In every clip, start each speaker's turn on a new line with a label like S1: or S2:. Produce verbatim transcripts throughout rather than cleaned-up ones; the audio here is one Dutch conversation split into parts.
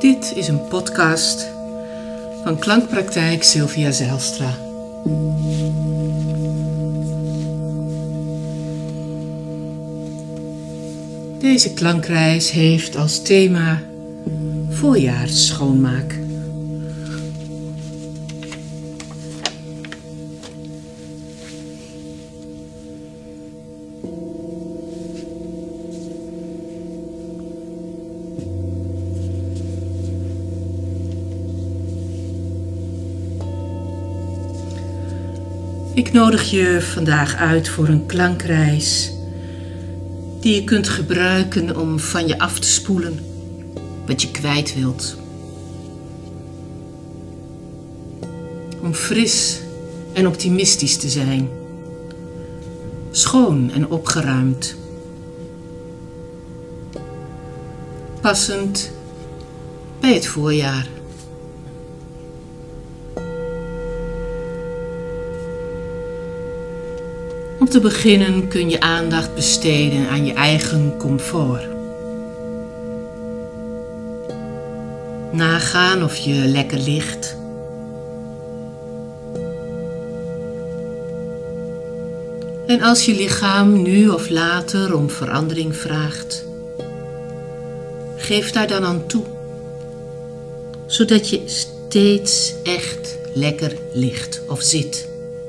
S1: Dit is een podcast van Klankpraktijk Sylvia Zijlstra. Deze klankreis heeft als thema voorjaarsschoonmaak. Ik nodig je vandaag uit voor een klankreis die je kunt gebruiken om van je af te spoelen wat je kwijt wilt. Om fris en optimistisch te zijn, schoon en opgeruimd, passend bij het voorjaar. Om te beginnen kun je aandacht besteden aan je eigen comfort. Nagaan of je lekker ligt. En als je lichaam nu of later om verandering vraagt, geef daar dan aan toe, zodat je steeds echt lekker ligt of zit.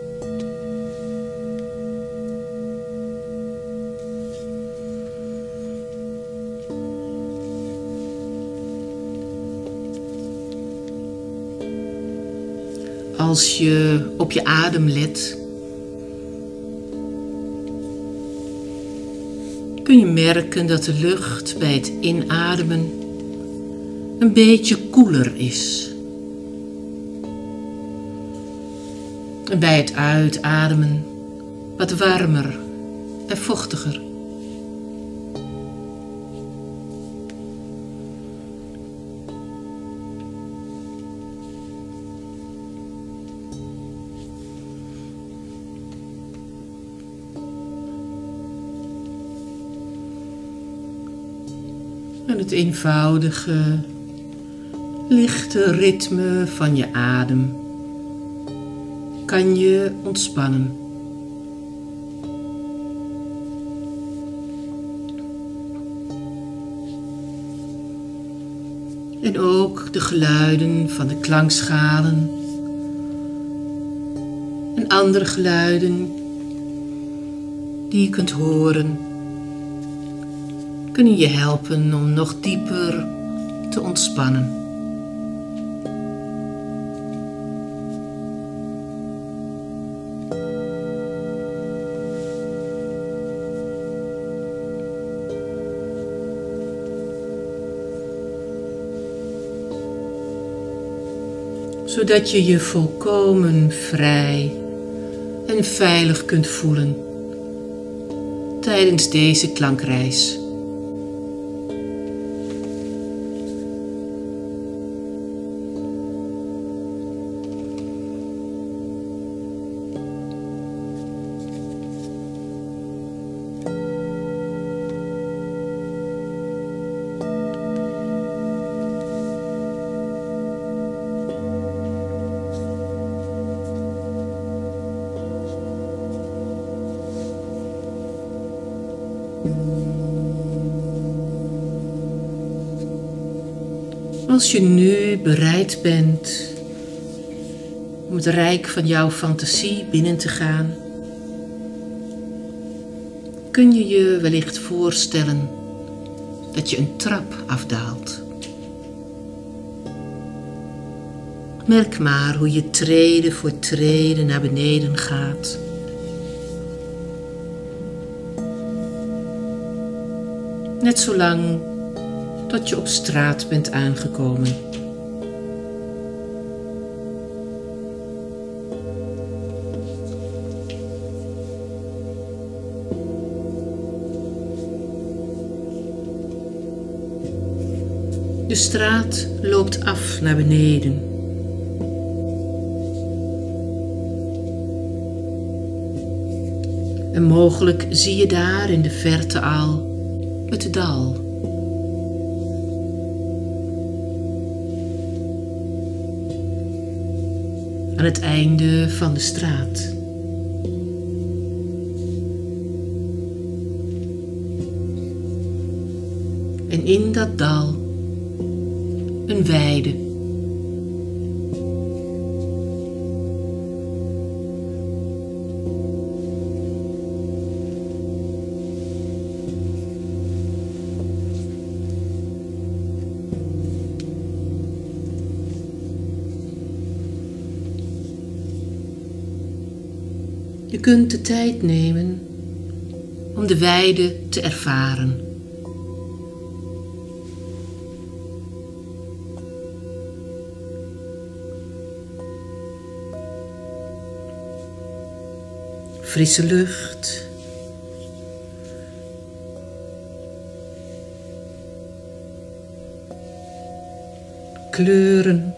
S1: Als je op je adem let, kun je merken dat de lucht bij het inademen een beetje koeler is. En bij het uitademen wat warmer en vochtiger. En het eenvoudige, lichte ritme van je adem kan je ontspannen. En ook de geluiden van de klankschalen en andere geluiden die je kunt horen, kunnen je helpen om nog dieper te ontspannen. Zodat je je volkomen vrij en veilig kunt voelen tijdens deze klankreis. Als je nu bereid bent om het rijk van jouw fantasie binnen te gaan, kun je je wellicht voorstellen dat je een trap afdaalt. Merk maar hoe je trede voor trede naar beneden gaat. Net zolang tot je op straat bent aangekomen. De straat loopt af naar beneden. En mogelijk zie je daar in de verte al het dal. aan het einde van de straat. En in dat dal een weide. Je kunt de tijd nemen om de weide te ervaren. Frisse lucht. Kleuren.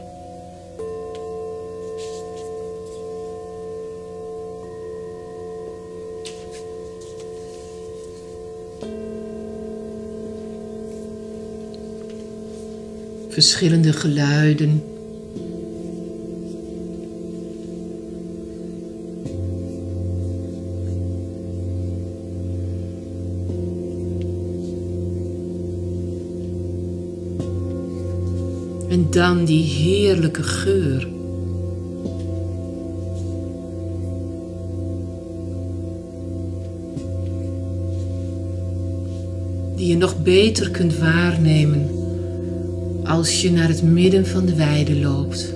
S1: Verschillende geluiden. En dan die heerlijke geur. Die je nog beter kunt waarnemen als je naar het midden van de weide loopt.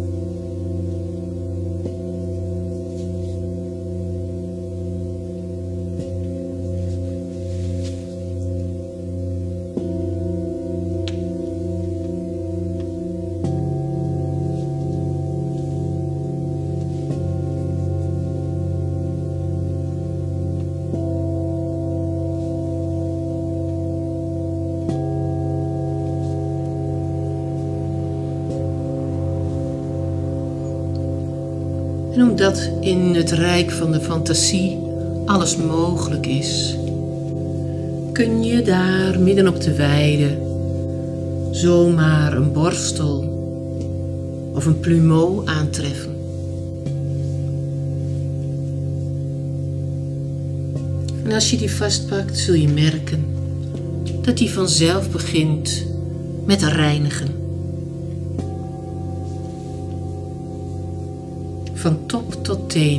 S1: En omdat in het rijk van de fantasie alles mogelijk is, kun je daar midden op de weide zomaar een borstel of een plumeau aantreffen. En als je die vastpakt, zul je merken dat die vanzelf begint met reinigen. Van top tot teen.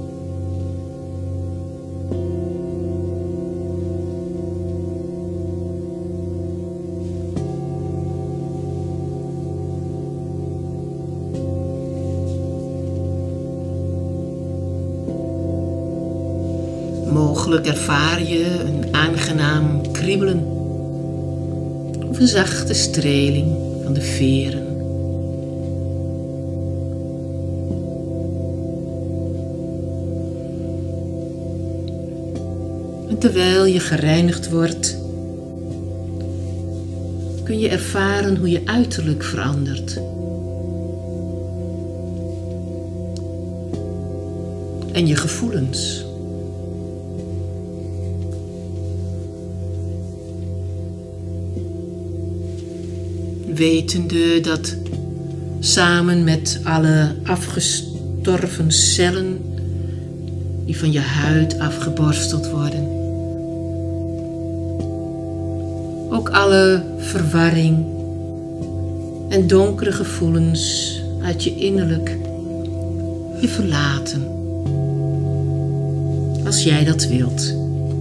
S1: Mogelijk ervaar je een aangenaam kriebelen of een zachte streling van de veren. En terwijl je gereinigd wordt, kun je ervaren hoe je uiterlijk verandert. En je gevoelens. Wetende dat samen met alle afgestorven cellen die van je huid afgeborsteld worden, ook alle verwarring en donkere gevoelens uit je innerlijk je verlaten, als jij dat wilt.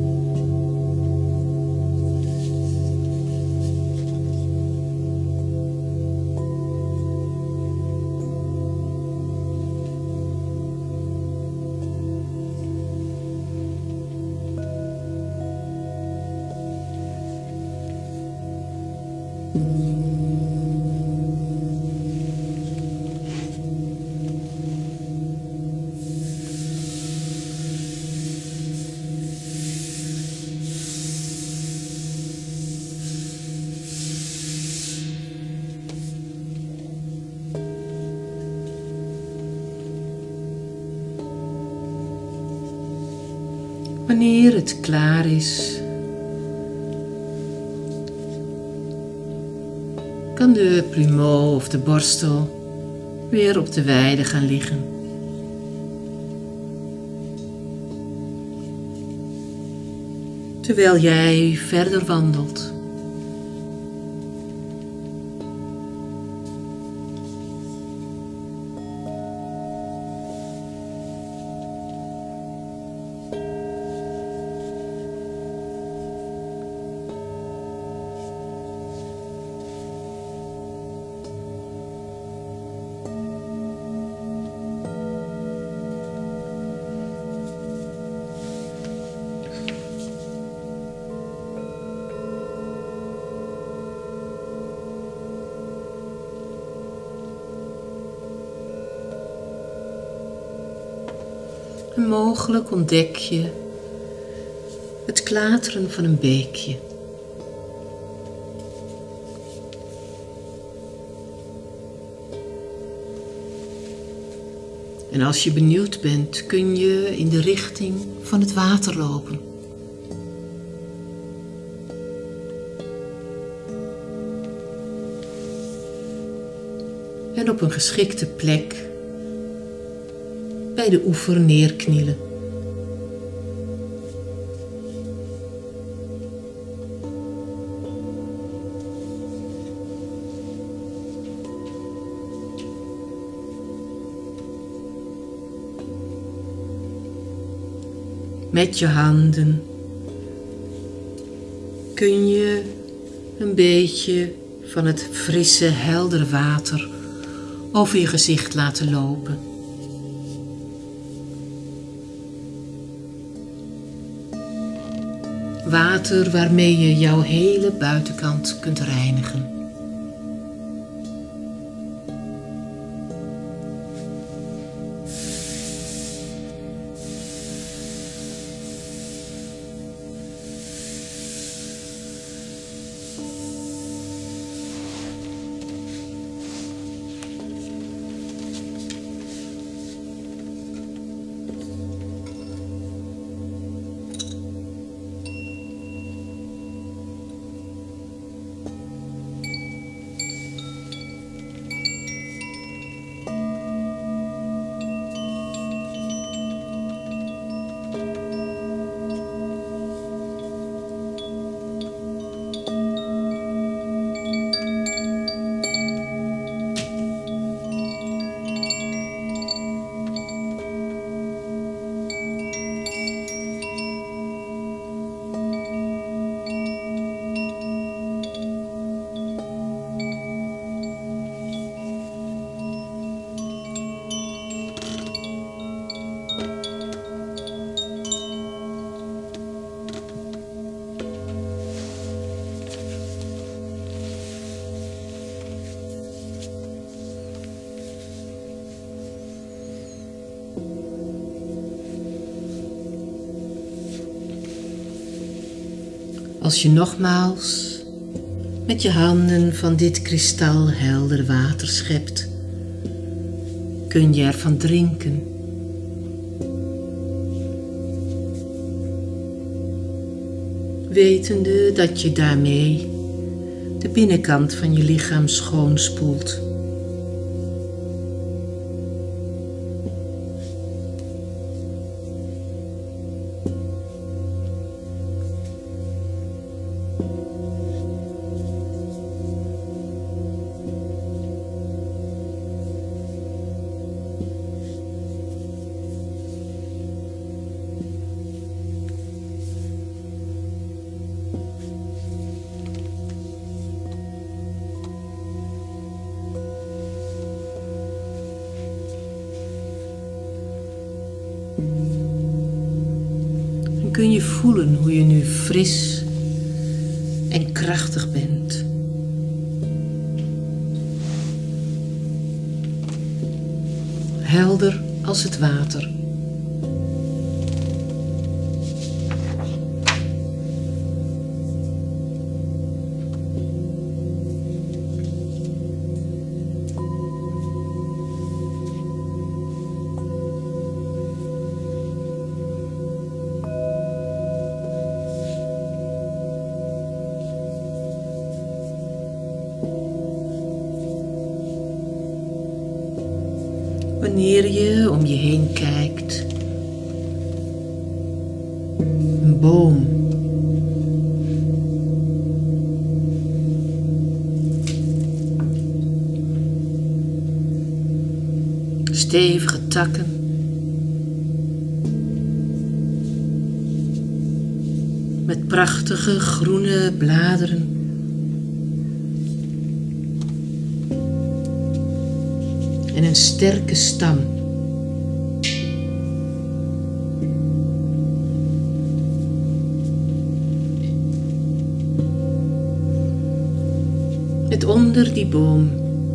S1: Wanneer het klaar is, kan de plumeau of de borstel weer op de weide gaan liggen. terwijl jij verder wandelt. En mogelijk ontdek je het klateren van een beekje. En als je benieuwd bent, kun je in de richting van het water lopen. En op een geschikte plek bij de oever neerknielen. Met je handen kun je een beetje van het frisse, heldere water over je gezicht laten lopen. Water waarmee je jouw hele buitenkant kunt reinigen. Als je nogmaals met je handen van dit kristalhelder water schept, kun je ervan drinken. Wetende dat je daarmee de binnenkant van je lichaam schoonspoelt. En kun je voelen hoe je nu fris en krachtig bent. Helder als het water. Wanneer je om je heen kijkt, een boom stevige takken. Met prachtige groene bladeren. En een sterke stam. Met onder die boom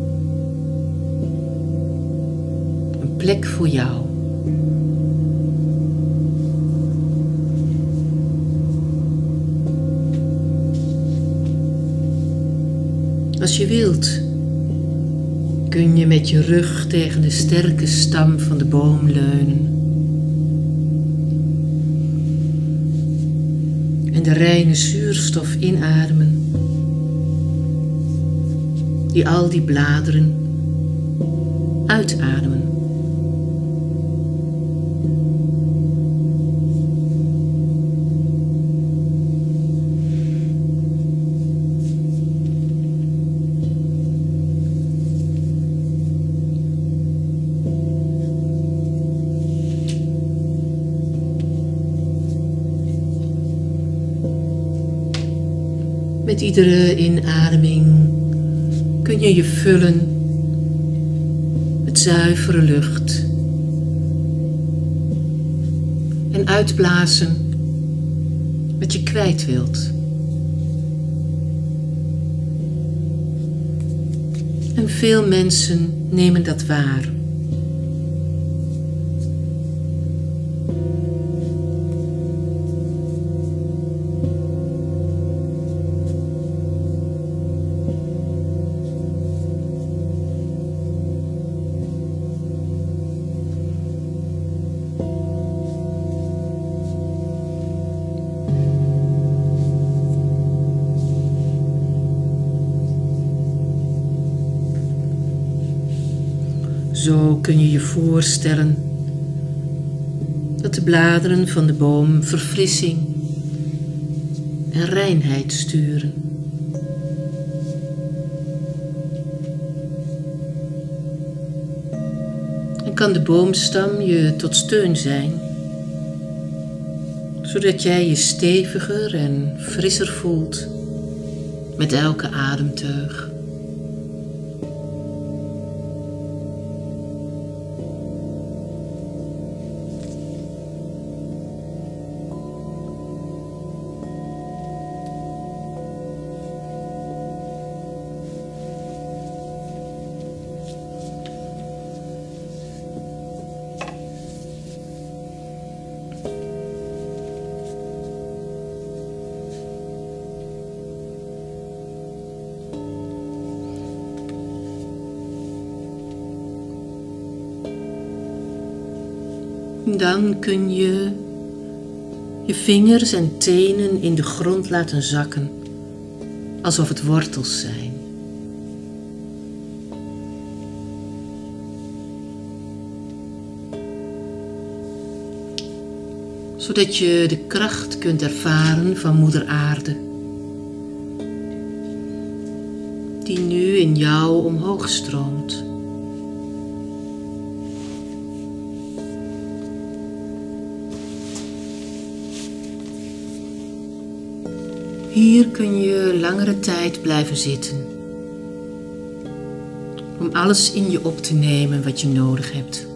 S1: een plek voor jou. Als je wilt, kun je met je rug tegen de sterke stam van de boom leunen. En de reine zuurstof inademen, die al die bladeren uitademen. Met iedere inademing kun je je vullen met zuivere lucht en uitblazen wat je kwijt wilt. En veel mensen nemen dat waar. Zo kun je je voorstellen dat de bladeren van de boom verfrissing en reinheid sturen. En kan de boomstam je tot steun zijn, zodat jij je steviger en frisser voelt met elke ademteug. Dan kun je je vingers en tenen in de grond laten zakken, alsof het wortels zijn. Zodat je de kracht kunt ervaren van Moeder Aarde, die nu in jou omhoog stroomt. Hier kun je langere tijd blijven zitten, om alles in je op te nemen wat je nodig hebt.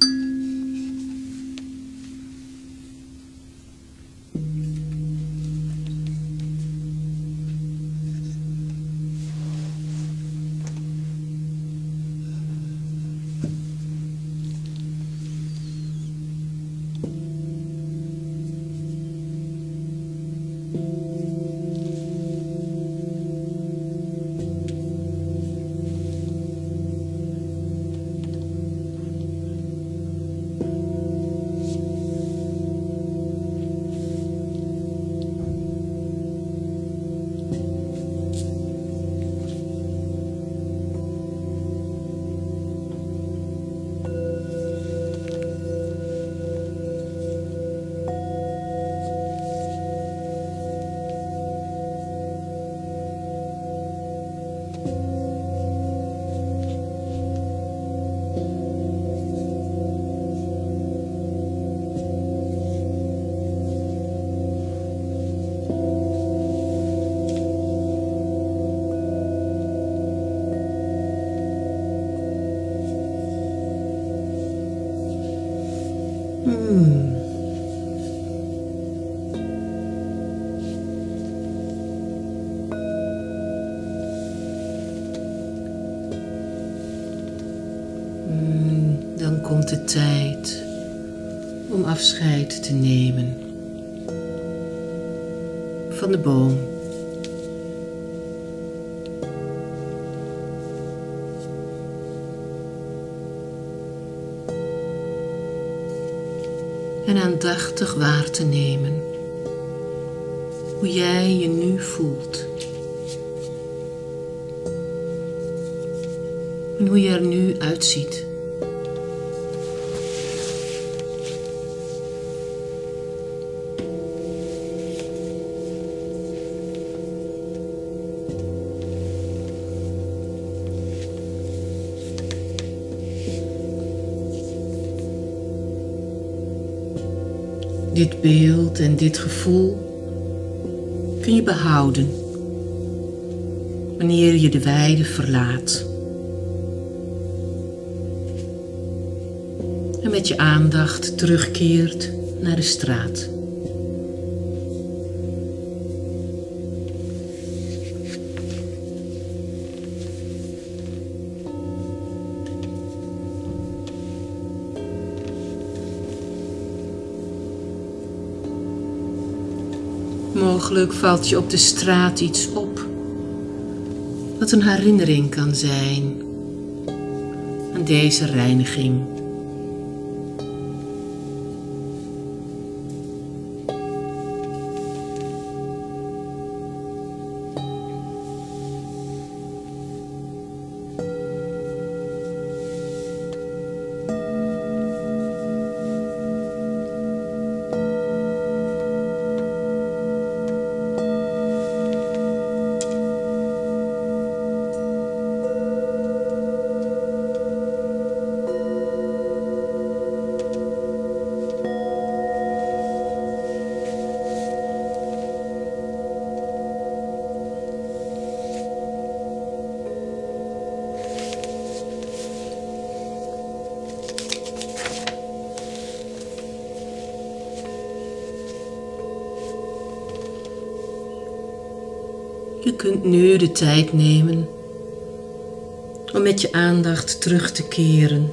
S1: Hmm. Hmm, dan komt de tijd om afscheid te nemen van de boom. En aandachtig waar te nemen hoe jij je nu voelt. En hoe je er nu uitziet. Dit beeld en dit gevoel kun je behouden wanneer je de weide verlaat. En met je aandacht terugkeert naar de straat. Mogelijk valt je op de straat iets op, wat een herinnering kan zijn aan deze reiniging. Je kunt nu de tijd nemen om met je aandacht terug te keren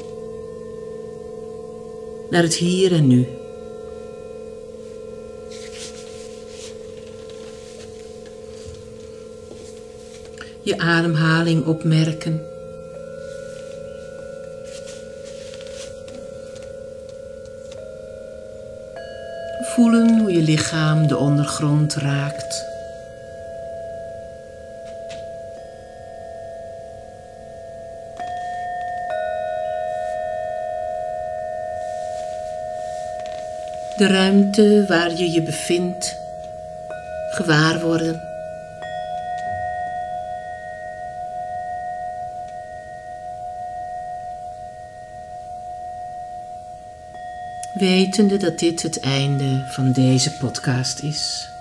S1: naar het hier en nu. Je ademhaling opmerken. Voelen hoe je lichaam de ondergrond raakt. De ruimte waar je je bevindt, gewaar worden. Wetende dat dit het einde van deze podcast is.